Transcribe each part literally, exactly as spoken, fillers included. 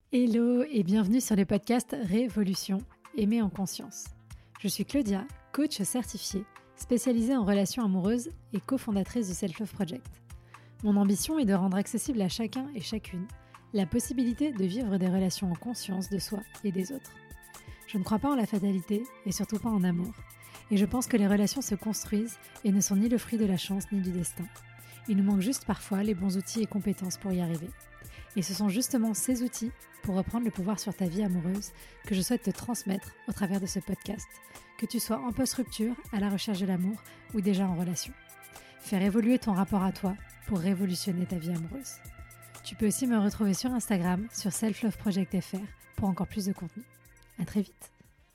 Hello et bienvenue sur le podcast Révolution, aimer en conscience. Je suis Claudia, coach certifiée, spécialisée en relations amoureuses et cofondatrice du Self Love Project. Mon ambition est de rendre accessible à chacun et chacune la possibilité de vivre des relations en conscience de soi et des autres. Je ne crois pas en la fatalité et surtout pas en amour. Et je pense que les relations se construisent et ne sont ni le fruit de la chance ni du destin. Il nous manque juste parfois les bons outils et compétences pour y arriver. Et ce sont justement ces outils pour reprendre le pouvoir sur ta vie amoureuse que je souhaite te transmettre au travers de ce podcast, que tu sois en post-rupture, à la recherche de l'amour ou déjà en relation. Faire évoluer ton rapport à toi pour révolutionner ta vie amoureuse. Tu peux aussi me retrouver sur Instagram, sur Self Love Project F R pour encore plus de contenu. À très vite.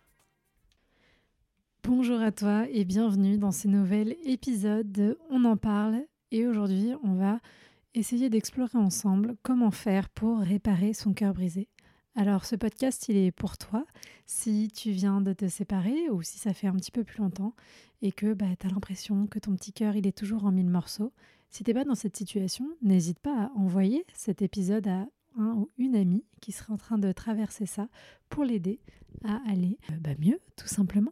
Bonjour à toi et bienvenue dans ce nouvel épisode de On en parle. Et aujourd'hui, on va essayer d'explorer ensemble comment faire pour réparer son cœur brisé. Alors ce podcast, il est pour toi si tu viens de te séparer ou si ça fait un petit peu plus longtemps et que bah, tu as l'impression que ton petit cœur il est toujours en mille morceaux. Si tu n'es pas dans cette situation, n'hésite pas à envoyer cet épisode à un ou une amie qui serait en train de traverser ça pour l'aider à aller euh, bah, mieux, tout simplement.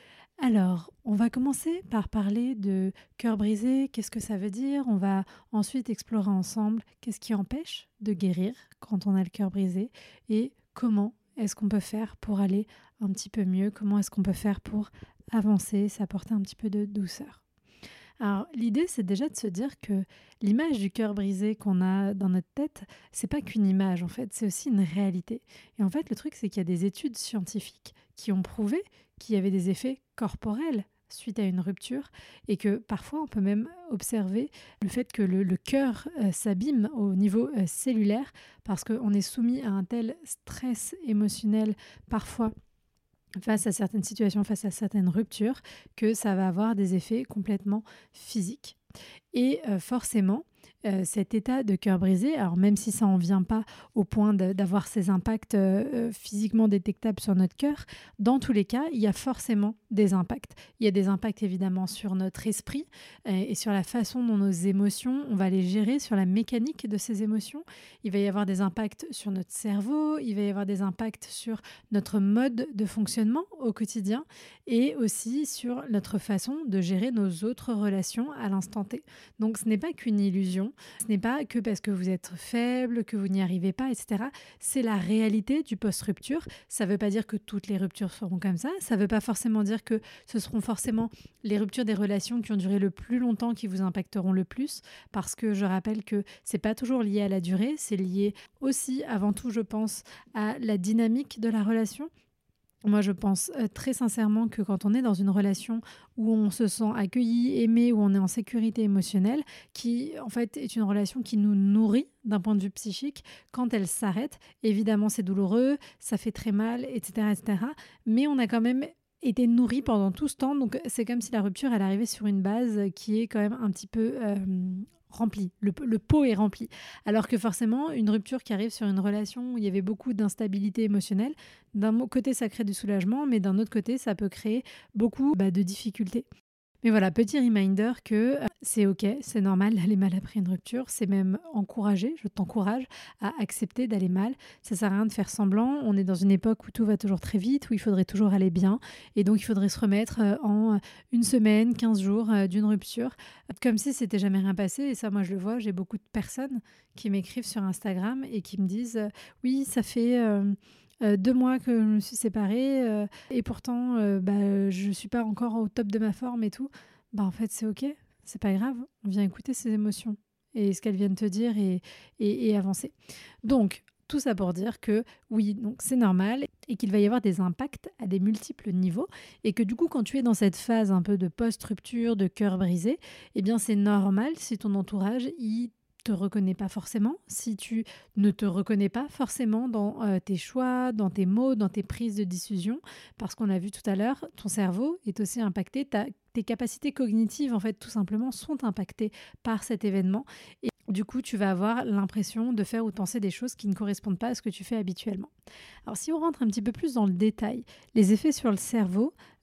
Alors, on va commencer par parler de cœur brisé, qu'est-ce que ça veut dire? On va ensuite explorer ensemble qu'est-ce qui empêche de guérir quand on a le cœur brisé et comment est-ce qu'on peut faire pour aller un petit peu mieux, comment est-ce qu'on peut faire pour avancer, s'apporter un petit peu de douceur. Alors, l'idée, c'est déjà de se dire que l'image du cœur brisé qu'on a dans notre tête, c'est pas qu'une image, en fait, c'est aussi une réalité. Et en fait, le truc, c'est qu'il y a des études scientifiques qui ont prouvé qu'il y avait des effets corporels suite à une rupture et que parfois, on peut même observer le fait que le, le cœur euh, s'abîme au niveau euh, cellulaire parce qu'on est soumis à un tel stress émotionnel parfois face à certaines situations, face à certaines ruptures, que ça va avoir des effets complètement physiques. Et euh, forcément, euh, cet état de cœur brisé, alors même si ça n'en vient pas au point de, d'avoir ces impacts euh, physiquement détectables sur notre cœur, dans tous les cas, il y a forcément des impacts. Il y a des impacts évidemment sur notre esprit euh, et sur la façon dont nos émotions, on va les gérer, sur la mécanique de ces émotions. Il va y avoir des impacts sur notre cerveau, il va y avoir des impacts sur notre mode de fonctionnement au quotidien et aussi sur notre façon de gérer nos autres relations à l'instant T. Donc ce n'est pas qu'une illusion, ce n'est pas que parce que vous êtes faible, que vous n'y arrivez pas, et cetera. C'est la réalité du post-rupture. Ça ne veut pas dire que toutes les ruptures seront comme ça. Ça ne veut pas forcément dire que ce seront forcément les ruptures des relations qui ont duré le plus longtemps qui vous impacteront le plus. Parce que je rappelle que ce n'est pas toujours lié à la durée, c'est lié aussi, avant tout, je pense, à la dynamique de la relation. Moi, je pense euh, très sincèrement que quand on est dans une relation où on se sent accueilli, aimé, où on est en sécurité émotionnelle, qui en fait est une relation qui nous nourrit d'un point de vue psychique, quand elle s'arrête, évidemment c'est douloureux, ça fait très mal, et cetera, et cetera. Mais on a quand même été nourri pendant tout ce temps, donc c'est comme si la rupture elle arrivait sur une base qui est quand même un petit peu euh, remplie, le, le pot est rempli. Alors que forcément, une rupture qui arrive sur une relation où il y avait beaucoup d'instabilité émotionnelle, d'un côté ça crée du soulagement, mais d'un autre côté ça peut créer beaucoup bah, de difficultés. Mais voilà, petit reminder que euh, c'est ok, c'est normal d'aller mal après une rupture, c'est même encouragé, je t'encourage à accepter d'aller mal. Ça sert à rien de faire semblant, on est dans une époque où tout va toujours très vite, où il faudrait toujours aller bien, et donc il faudrait se remettre euh, en une semaine, quinze jours euh, d'une rupture, comme si c'était jamais rien passé. Et ça, moi je le vois, j'ai beaucoup de personnes qui m'écrivent sur Instagram et qui me disent euh, « oui, ça fait... Euh, Euh, deux mois que je me suis séparée euh, et pourtant euh, bah, je ne suis pas encore au top de ma forme et tout. » Bah, en fait, c'est ok, c'est pas grave. On vient écouter ses émotions et ce qu'elles viennent te dire et, et, et avancer. Donc, tout ça pour dire que oui, donc c'est normal et qu'il va y avoir des impacts à des multiples niveaux et que du coup, quand tu es dans cette phase un peu de post-rupture, de cœur brisé, eh bien c'est normal si ton entourage y te reconnais pas forcément, si tu ne te reconnais pas forcément dans euh, tes choix, dans tes mots, dans tes prises de décision, parce qu'on l'a vu tout à l'heure, ton cerveau est aussi impacté, ta, tes capacités cognitives en fait tout simplement sont impactées par cet événement et du coup tu vas avoir l'impression de faire ou de penser des choses qui ne correspondent pas à ce que tu fais habituellement. Alors si on rentre un petit peu plus dans le détail, les effets sur le cerveau,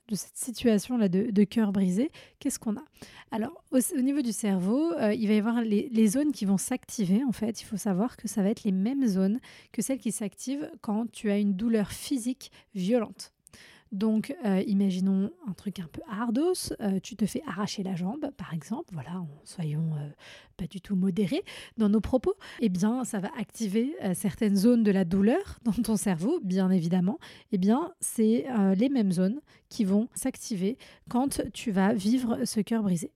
de cette situation-là de, de cœur brisé, qu'est-ce qu'on a? Alors, au, au niveau du cerveau, euh, il va y avoir les, les zones qui vont s'activer. En fait, il faut savoir que ça va être les mêmes zones que celles qui s'activent quand tu as une douleur physique violente. Donc, euh, imaginons un truc un peu ardos, euh, tu te fais arracher la jambe, par exemple, voilà, en soyons euh, pas du tout modérés dans nos propos, eh bien, ça va activer euh, certaines zones de la douleur dans ton cerveau, bien évidemment. Eh bien, c'est euh, les mêmes zones qui vont s'activer quand tu vas vivre ce cœur brisé.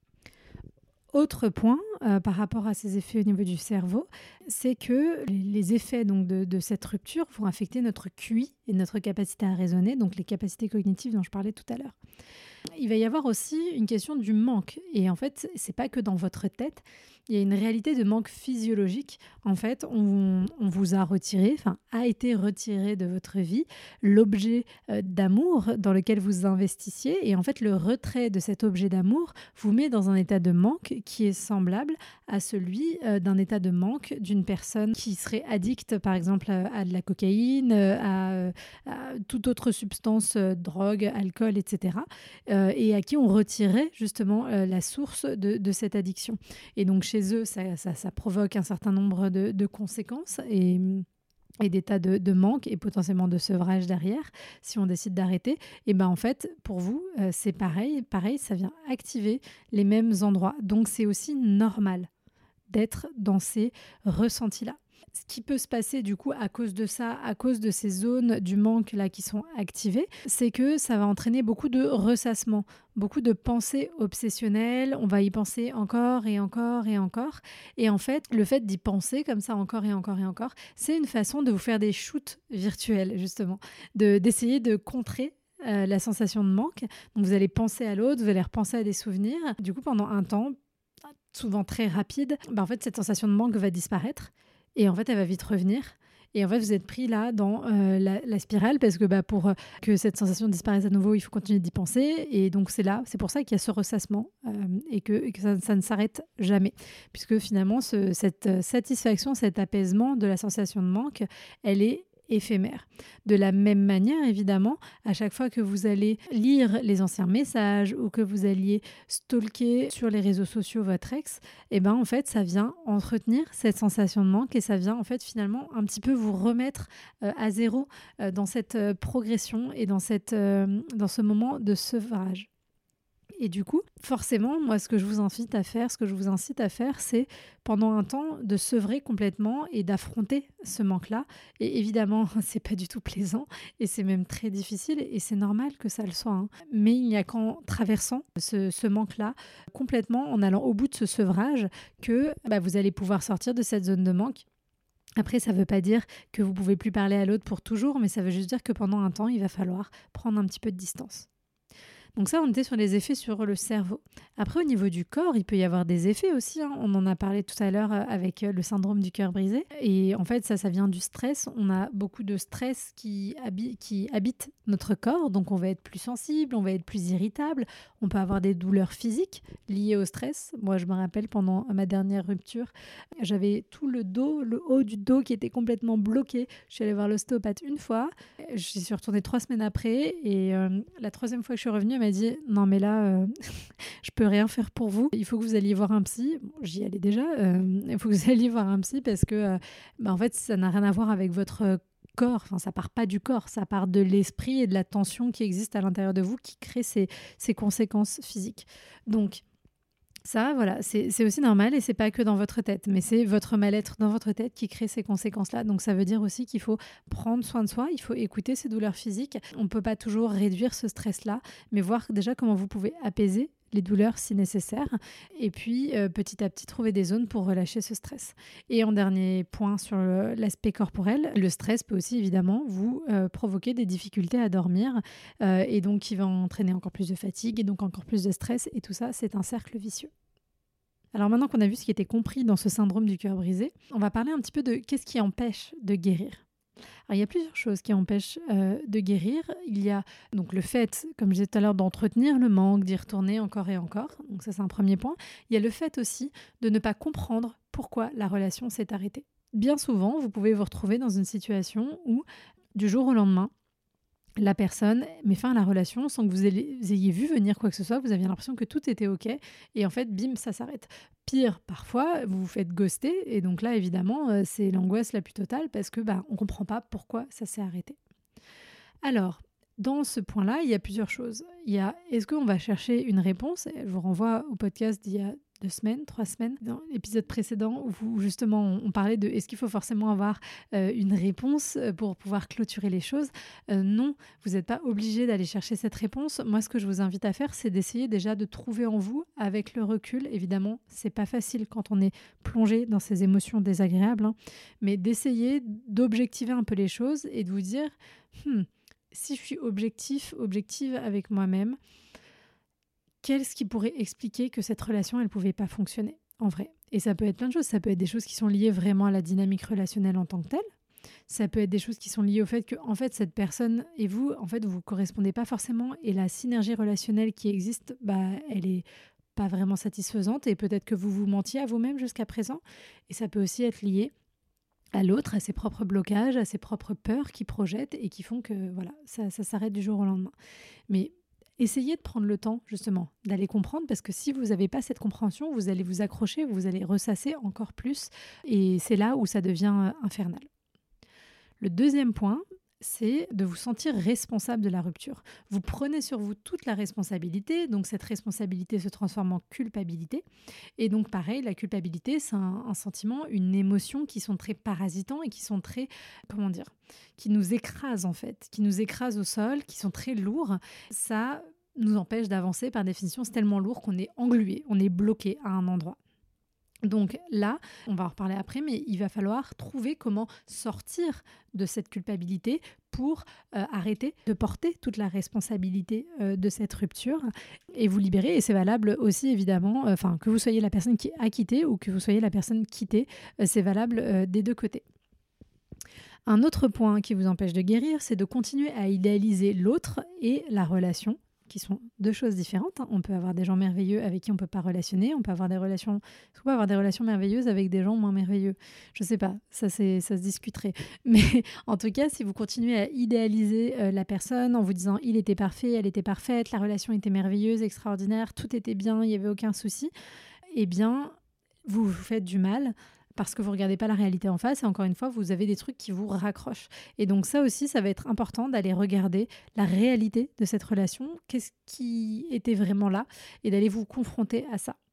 Autre point euh, par rapport à ces effets au niveau du cerveau, c'est que les, les effets donc, de, de cette rupture vont affecter notre Q I et notre capacité à raisonner, donc les capacités cognitives dont je parlais tout à l'heure. Il va y avoir aussi une question du manque. Et en fait, c'est pas que dans votre tête. Il y a une réalité de manque physiologique. En fait, on, on vous a retiré, enfin, a été retiré de votre vie l'objet euh, d'amour dans lequel vous investissiez. Et en fait, le retrait de cet objet d'amour vous met dans un état de manque qui est semblable à celui euh, d'un état de manque d'une personne qui serait addicte, par exemple, à, à de la cocaïne, à, à toute autre substance, euh, drogue, alcool, et cetera. Euh, et à qui on retirait justement euh, la source de, de cette addiction. Et donc chez eux, ça, ça, ça provoque un certain nombre de, de conséquences et, et d'états de, de manque et potentiellement de sevrage derrière, si on décide d'arrêter. Et ben en fait, pour vous, euh, c'est pareil, pareil, ça vient activer les mêmes endroits. Donc c'est aussi normal d'être dans ces ressentis-là. Ce qui peut se passer du coup à cause de ça, à cause de ces zones du manque là qui sont activées, c'est que ça va entraîner beaucoup de ressassement, beaucoup de pensées obsessionnelles. On va y penser encore et encore et encore. Et en fait, le fait d'y penser comme ça encore et encore et encore, c'est une façon de vous faire des shoots virtuels justement, de, d'essayer de contrer euh, la sensation de manque. Donc vous allez penser à l'autre, vous allez repenser à des souvenirs. Du coup, pendant un temps, souvent très rapide, bah en fait, cette sensation de manque va disparaître. Et en fait, elle va vite revenir. Et en fait, vous êtes pris là dans euh, la, la spirale parce que bah, pour euh, que cette sensation disparaisse à nouveau, il faut continuer d'y penser. Et donc, c'est là, c'est pour ça qu'il y a ce ressassement euh, et que, et que ça, ça ne s'arrête jamais. Puisque finalement, ce, cette satisfaction, cet apaisement de la sensation de manque, elle est éphémère. De la même manière, évidemment, à chaque fois que vous allez lire les anciens messages ou que vous alliez stalker sur les réseaux sociaux votre ex, eh ben en fait, ça vient entretenir cette sensation de manque et ça vient en fait finalement un petit peu vous remettre euh, à zéro euh, dans cette euh, progression et dans, cette, euh, dans ce moment de sevrage. Et du coup, forcément, moi, ce que je vous incite à faire, ce que je vous incite à faire, c'est pendant un temps de sevrer complètement et d'affronter ce manque-là. Et évidemment, c'est pas du tout plaisant et c'est même très difficile et c'est normal que ça le soit. Hein. Mais il n'y a qu'en traversant ce, ce manque-là complètement, en allant au bout de ce sevrage, que bah, vous allez pouvoir sortir de cette zone de manque. Après, ça ne veut pas dire que vous ne pouvez plus parler à l'autre pour toujours, mais ça veut juste dire que pendant un temps, il va falloir prendre un petit peu de distance. Donc ça, on était sur les effets sur le cerveau. Après, au niveau du corps, il peut y avoir des effets aussi. Hein. On en a parlé tout à l'heure avec le syndrome du cœur brisé. Et en fait, ça, ça vient du stress. On a beaucoup de stress qui, habi- qui habite notre corps. Donc, on va être plus sensible, on va être plus irritable. On peut avoir des douleurs physiques liées au stress. Moi, je me rappelle, pendant ma dernière rupture, j'avais tout le dos, le haut du dos qui était complètement bloqué. Je suis allée voir l'ostéopathe une fois. Je suis retournée trois semaines après. Et euh, la troisième fois que je suis revenue, elle m'a dit non mais là euh, je peux rien faire pour vous, il faut que vous alliez voir un psy. Bon, j'y allais déjà, euh, il faut que vous alliez voir un psy parce que euh, bah, en fait ça n'a rien à voir avec votre corps, enfin ça part pas du corps, ça part de l'esprit et de la tension qui existe à l'intérieur de vous qui crée ces, ces conséquences physiques. Donc ça, voilà, c'est, c'est aussi normal et c'est pas que dans votre tête, mais c'est votre mal-être dans votre tête qui crée ces conséquences-là. Donc ça veut dire aussi qu'il faut prendre soin de soi, il faut écouter ces douleurs physiques. On peut pas toujours réduire ce stress-là, mais voir déjà comment vous pouvez apaiser les douleurs si nécessaire, et puis euh, petit à petit trouver des zones pour relâcher ce stress. Et en dernier point sur le, l'aspect corporel, le stress peut aussi évidemment vous euh, provoquer des difficultés à dormir, euh, et donc qui va entraîner encore plus de fatigue, et donc encore plus de stress, et tout ça, c'est un cercle vicieux. Alors maintenant qu'on a vu ce qui était compris dans ce syndrome du cœur brisé, on va parler un petit peu de qu'est-ce qui empêche de guérir. Alors, il y a plusieurs choses qui empêchent euh, de guérir. Il y a donc le fait, comme je disais tout à l'heure, d'entretenir le manque, d'y retourner encore et encore. Donc ça, c'est un premier point. Il y a le fait aussi de ne pas comprendre pourquoi la relation s'est arrêtée. Bien souvent, vous pouvez vous retrouver dans une situation où, du jour au lendemain, la personne met fin à la relation sans que vous ayez, vous ayez vu venir quoi que ce soit, vous aviez l'impression que tout était OK et en fait, bim, ça s'arrête. Pire, parfois, vous vous faites ghoster et donc là, évidemment, euh, c'est l'angoisse la plus totale parce que bah, on ne comprend pas pourquoi ça s'est arrêté. Alors, dans ce point-là, il y a plusieurs choses. Il y a, est-ce qu'on va chercher une réponse? Je vous renvoie au podcast d'il y a deux semaines, trois semaines, dans l'épisode précédent où justement on, on parlait de est-ce qu'il faut forcément avoir euh, une réponse pour pouvoir clôturer les choses? euh, Non, vous n'êtes pas obligé d'aller chercher cette réponse. Moi, ce que je vous invite à faire, c'est d'essayer déjà de trouver en vous, avec le recul. Évidemment, c'est pas facile quand on est plongé dans ces émotions désagréables, hein, mais d'essayer d'objectiver un peu les choses et de vous dire hmm, si je suis objectif, objective avec moi-même, qu'est-ce qui pourrait expliquer que cette relation, elle ne pouvait pas fonctionner en vrai? Et ça peut être plein de choses. Ça peut être des choses qui sont liées vraiment à la dynamique relationnelle en tant que telle. Ça peut être des choses qui sont liées au fait que, en fait, cette personne et vous, en fait, vous ne correspondez pas forcément et la synergie relationnelle qui existe, bah, elle est pas vraiment satisfaisante et peut-être que vous vous mentiez à vous-même jusqu'à présent. Et ça peut aussi être lié à l'autre, à ses propres blocages, à ses propres peurs qui projettent et qui font que voilà, ça, ça s'arrête du jour au lendemain. Mais essayez de prendre le temps, justement, d'aller comprendre, parce que si vous n'avez pas cette compréhension, vous allez vous accrocher, vous allez ressasser encore plus, et c'est là où ça devient infernal. Le deuxième point, c'est de vous sentir responsable de la rupture. Vous prenez sur vous toute la responsabilité, donc cette responsabilité se transforme en culpabilité. Et donc pareil, la culpabilité, c'est un, un sentiment, une émotion qui sont très parasitants et qui sont très, comment dire, qui nous écrasent en fait, qui nous écrasent au sol, qui sont très lourds. Ça nous empêche d'avancer par définition, c'est tellement lourd qu'on est englué, on est bloqué à un endroit. Donc là, on va en reparler après, mais il va falloir trouver comment sortir de cette culpabilité pour euh, arrêter de porter toute la responsabilité euh, de cette rupture et vous libérer. Et c'est valable aussi, évidemment, enfin euh, que vous soyez la personne qui a quitté ou que vous soyez la personne quittée, euh, c'est valable euh, des deux côtés. Un autre point qui vous empêche de guérir, c'est de continuer à idéaliser l'autre et la relation, qui sont deux choses différentes. On peut avoir des gens merveilleux avec qui on ne peut pas relationner. On peut avoir des relations, on peut avoir des relations merveilleuses avec des gens moins merveilleux. Je ne sais pas, ça, c'est, ça se discuterait. Mais en tout cas, si vous continuez à idéaliser euh, la personne en vous disant il était parfait, elle était parfaite, la relation était merveilleuse, extraordinaire, tout était bien, il n'y avait aucun souci, eh bien, vous vous faites du mal parce que vous ne regardez pas la réalité en face et encore une fois, vous avez des trucs qui vous raccrochent. Et donc ça aussi, ça va être important d'aller regarder la réalité de cette relation, qu'est-ce qui était vraiment là et d'aller vous confronter à ça.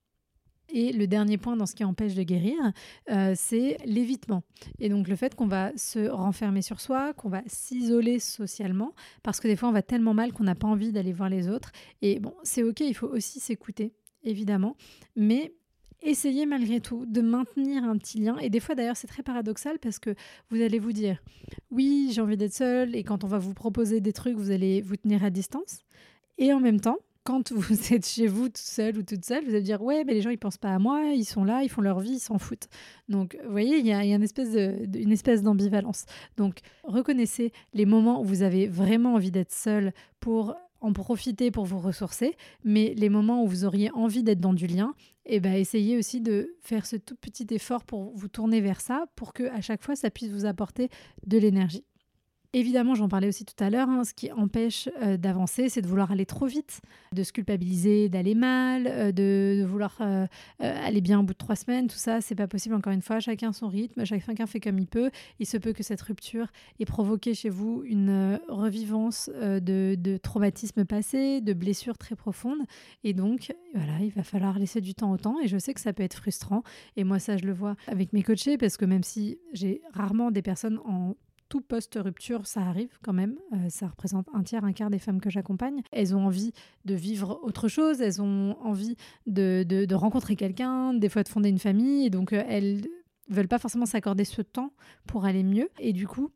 Et le dernier point dans ce qui empêche de guérir, euh, c'est l'évitement. Et donc le fait qu'on va se renfermer sur soi, qu'on va s'isoler socialement, parce que des fois on va tellement mal qu'on n'a pas envie d'aller voir les autres. Et bon, c'est ok, il faut aussi s'écouter, évidemment, mais essayez malgré tout de maintenir un petit lien. Et des fois, d'ailleurs, c'est très paradoxal parce que vous allez vous dire « Oui, j'ai envie d'être seule » et quand on va vous proposer des trucs, vous allez vous tenir à distance. Et en même temps, quand vous êtes chez vous, toute seule ou toute seule, vous allez dire « Ouais, mais les gens, ils pensent pas à moi, ils sont là, ils font leur vie, ils s'en foutent. » Donc, vous voyez, il y a, il y a une, espèce de, de, une espèce d'ambivalence. Donc, reconnaissez les moments où vous avez vraiment envie d'être seule pour en profiter pour vous ressourcer, mais les moments où vous auriez envie d'être dans du lien, eh ben, essayez aussi de faire ce tout petit effort pour vous tourner vers ça, pour qu'à chaque fois, ça puisse vous apporter de l'énergie. Évidemment, j'en parlais aussi tout à l'heure, hein, ce qui empêche euh, d'avancer, c'est de vouloir aller trop vite, de se culpabiliser, d'aller mal, euh, de, de vouloir euh, euh, aller bien au bout de trois semaines, tout ça, c'est pas possible encore une fois, chacun son rythme, chacun fait comme il peut. Il se peut que cette rupture ait provoqué chez vous une euh, revivance euh, de, de traumatismes passés, de blessures très profondes, et donc voilà, il va falloir laisser du temps au temps, et je sais que ça peut être frustrant, et moi ça je le vois avec mes coachés, parce que même si j'ai rarement des personnes en tout post-rupture, ça arrive quand même. Euh, ça représente un tiers, un quart des femmes que j'accompagne. Elles ont envie de vivre autre chose. Elles ont envie de, de, de rencontrer quelqu'un, des fois de fonder une famille. Et donc, euh, elles ne veulent pas forcément s'accorder ce temps pour aller mieux. Et du coup,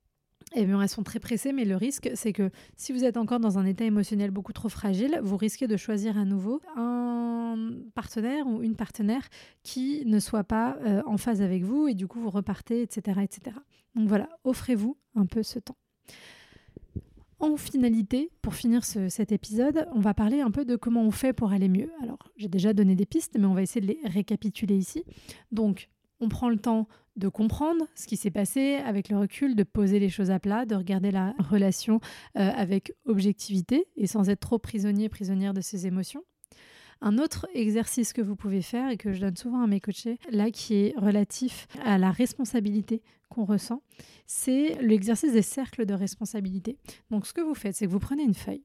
eh bien, elles sont très pressées, mais le risque, c'est que si vous êtes encore dans un état émotionnel beaucoup trop fragile, vous risquez de choisir à nouveau un partenaire ou une partenaire qui ne soit pas euh, en phase avec vous et du coup, vous repartez, et cetera, et cetera. Donc voilà, offrez-vous un peu ce temps. En finalité, pour finir ce, cet épisode, on va parler un peu de comment on fait pour aller mieux. Alors, j'ai déjà donné des pistes, mais on va essayer de les récapituler ici. Donc, On prend le temps de comprendre ce qui s'est passé avec le recul, de poser les choses à plat, de regarder la relation euh, avec objectivité et sans être trop prisonnier, prisonnière de ses émotions. Un autre exercice que vous pouvez faire et que je donne souvent à mes coachés, là qui est relatif à la responsabilité qu'on ressent, c'est l'exercice des cercles de responsabilité. Donc ce que vous faites, c'est que vous prenez une feuille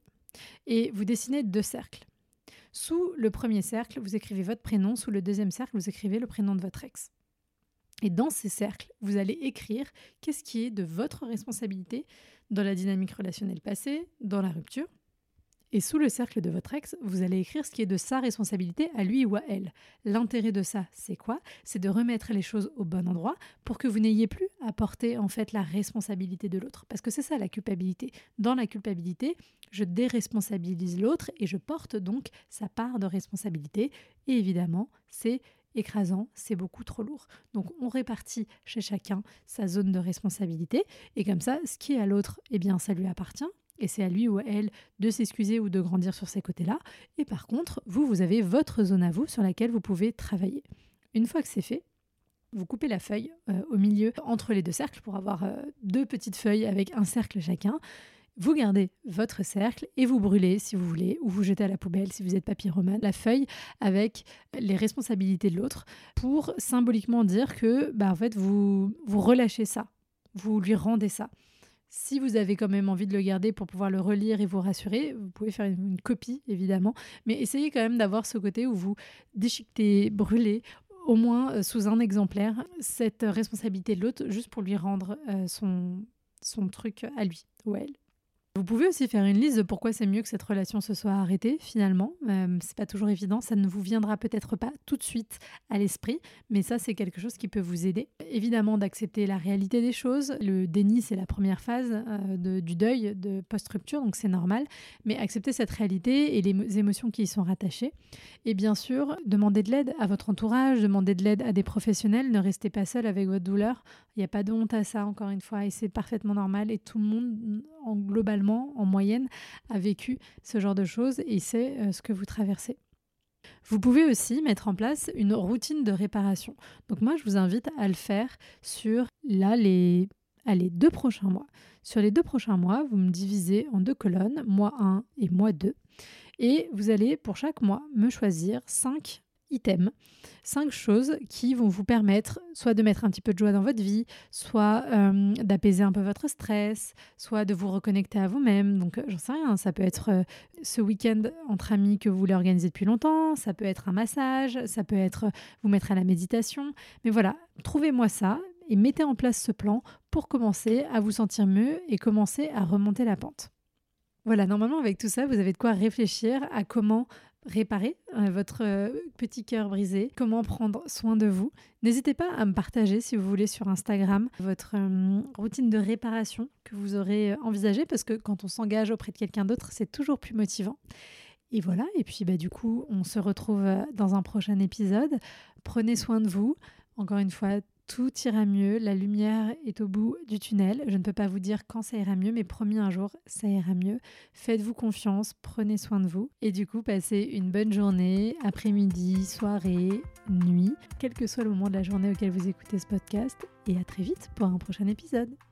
et vous dessinez deux cercles. Sous le premier cercle, vous écrivez votre prénom, sous le deuxième cercle, vous écrivez le prénom de votre ex. Et dans ces cercles, vous allez écrire qu'est-ce qui est de votre responsabilité dans la dynamique relationnelle passée, dans la rupture. Et sous le cercle de votre ex, vous allez écrire ce qui est de sa responsabilité à lui ou à elle. L'intérêt de ça, c'est quoi ? C'est de remettre les choses au bon endroit pour que vous n'ayez plus à porter en fait la responsabilité de l'autre. Parce que c'est ça la culpabilité. Dans la culpabilité, je déresponsabilise l'autre et je porte donc sa part de responsabilité. Et évidemment, c'est écrasant, c'est beaucoup trop lourd. Donc on répartit chez chacun sa zone de responsabilité et comme ça, ce qui est à l'autre, eh bien ça lui appartient. Et c'est à lui ou à elle de s'excuser ou de grandir sur ces côtés-là. Et par contre, vous, vous avez votre zone à vous sur laquelle vous pouvez travailler. Une fois que c'est fait, vous coupez la feuille euh, au milieu entre les deux cercles pour avoir euh, deux petites feuilles avec un cercle chacun. Vous gardez votre cercle et vous brûlez si vous voulez, ou vous jetez à la poubelle si vous êtes papyromane, la feuille avec les responsabilités de l'autre pour symboliquement dire que bah, en fait, vous, vous relâchez ça, vous lui rendez ça. Si vous avez quand même envie de le garder pour pouvoir le relire et vous rassurer, vous pouvez faire une, une copie, évidemment. Mais essayez quand même d'avoir ce côté où vous déchiquetez, brûlez, au moins euh, sous un exemplaire, cette responsabilité de l'autre, juste pour lui rendre euh, son, son truc à lui ou à elle. Vous pouvez aussi faire une liste de pourquoi c'est mieux que cette relation se soit arrêtée, finalement. Euh, c'est pas toujours évident, ça ne vous viendra peut-être pas tout de suite à l'esprit, mais ça, c'est quelque chose qui peut vous aider. Évidemment, d'accepter la réalité des choses. Le déni, c'est la première phase euh, de, du deuil de post-rupture, donc c'est normal. Mais accepter cette réalité et les émotions qui y sont rattachées. Et bien sûr, demander de l'aide à votre entourage, demander de l'aide à des professionnels. Ne restez pas seul avec votre douleur. Il n'y a pas de honte à ça, encore une fois, et c'est parfaitement normal. Et tout le monde, en globalement, en moyenne, a vécu ce genre de choses et sait euh, ce que vous traversez. Vous pouvez aussi mettre en place une routine de réparation. Donc moi, je vous invite à le faire sur là, les, allez, deux prochains mois. Sur les deux prochains mois, vous me divisez en deux colonnes, mois un et mois deux. Et vous allez, pour chaque mois, me choisir cinq items, cinq choses qui vont vous permettre soit de mettre un petit peu de joie dans votre vie, soit euh, d'apaiser un peu votre stress, soit de vous reconnecter à vous-même. Donc, euh, j'en sais rien, ça peut être euh, ce week-end entre amis que vous voulez organiser depuis longtemps, ça peut être un massage, ça peut être euh, vous mettre à la méditation. Mais voilà, trouvez-moi ça et mettez en place ce plan pour commencer à vous sentir mieux et commencer à remonter la pente. Voilà, normalement, avec tout ça, vous avez de quoi réfléchir à comment réparer euh, votre euh, petit cœur brisé, comment prendre soin de vous. N'hésitez pas à me partager, si vous voulez, sur Instagram, votre euh, routine de réparation que vous aurez envisagée, parce que quand on s'engage auprès de quelqu'un d'autre, c'est toujours plus motivant. Et voilà, et puis bah, du coup, on se retrouve dans un prochain épisode. Prenez soin de vous. Encore une fois, tout ira mieux, la lumière est au bout du tunnel. Je ne peux pas vous dire quand ça ira mieux, mais promis un jour, ça ira mieux. Faites-vous confiance, prenez soin de vous. Et du coup, passez une bonne journée, après-midi, soirée, nuit, quel que soit le moment de la journée auquel vous écoutez ce podcast. Et à très vite pour un prochain épisode.